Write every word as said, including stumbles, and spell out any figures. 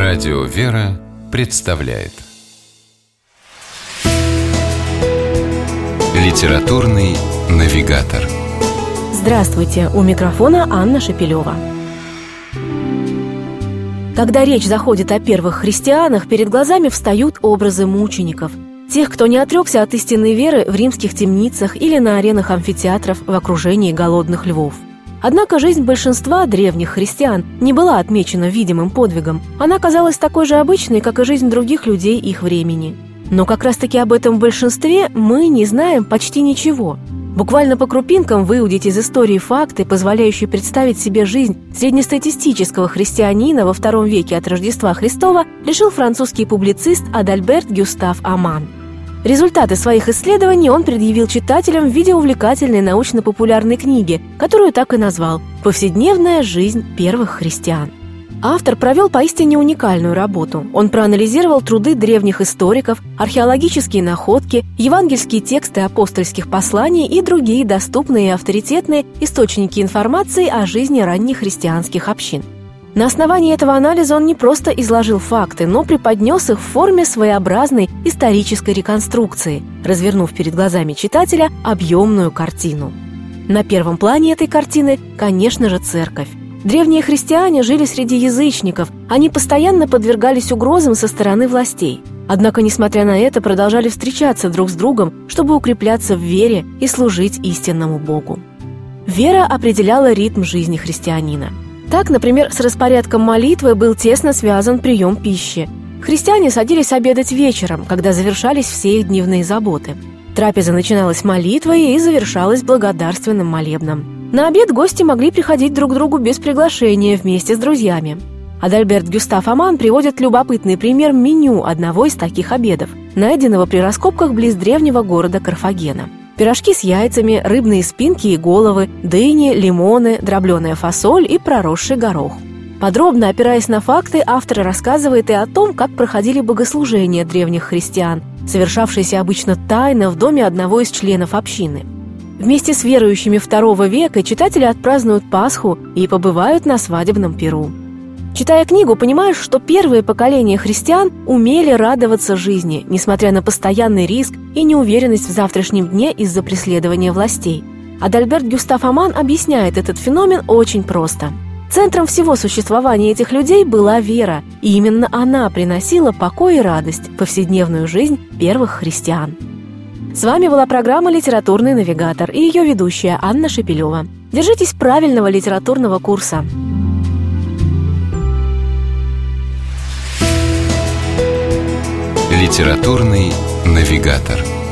Радио «Вера» представляет Литературный навигатор. Здравствуйте, у микрофона Анна Шепелева. Когда речь заходит о первых христианах, перед глазами встают образы мучеников, тех, кто не отрекся от истинной веры в римских темницах или на аренах амфитеатров в окружении голодных львов. Однако жизнь большинства древних христиан не была отмечена видимым подвигом. Она казалась такой же обычной, как и жизнь других людей их времени. Но как раз-таки об этом большинстве мы не знаем почти ничего. Буквально по крупинкам выудить из истории факты, позволяющие представить себе жизнь среднестатистического христианина во втором веке от Рождества Христова, решил французский публицист Адальберт Гюстав Аман. Результаты своих исследований он предъявил читателям в виде увлекательной научно-популярной книги, которую так и назвал «Повседневная жизнь первых христиан». Автор провел поистине уникальную работу. Он проанализировал труды древних историков, археологические находки, евангельские тексты апостольских посланий и другие доступные и авторитетные источники информации о жизни ранних христианских общин. На основании этого анализа он не просто изложил факты, но преподнес их в форме своеобразной исторической реконструкции, развернув перед глазами читателя объемную картину. На первом плане этой картины, конечно же, церковь. Древние христиане жили среди язычников, они постоянно подвергались угрозам со стороны властей. Однако, несмотря на это, продолжали встречаться друг с другом, чтобы укрепляться в вере и служить истинному Богу. Вера определяла ритм жизни христианина. Так, например, с распорядком молитвы был тесно связан прием пищи. Христиане садились обедать вечером, когда завершались все их дневные заботы. Трапеза начиналась молитвой и завершалась благодарственным молебном. На обед гости могли приходить друг к другу без приглашения вместе с друзьями. Адальберт Гюстав Аман приводит любопытный пример меню одного из таких обедов, найденного при раскопках близ древнего города Карфагена. Пирожки с яйцами, рыбные спинки и головы, дыни, лимоны, дробленая фасоль и проросший горох. Подробно опираясь на факты, автор рассказывает и о том, как проходили богослужения древних христиан, совершавшиеся обычно тайно в доме одного из членов общины. Вместе с верующими второго века читатели отпразднуют Пасху и побывают на свадебном пиру. Читая книгу, понимаешь, что первые поколения христиан умели радоваться жизни, несмотря на постоянный риск и неуверенность в завтрашнем дне из-за преследования властей. Адальберт Гюстав Аман объясняет этот феномен очень просто. Центром всего существования этих людей была вера, и именно она приносила покой и радость в повседневную жизнь первых христиан. С вами была программа «Литературный навигатор» и ее ведущая Анна Шепелева. Держитесь правильного литературного курса. Литературный навигатор.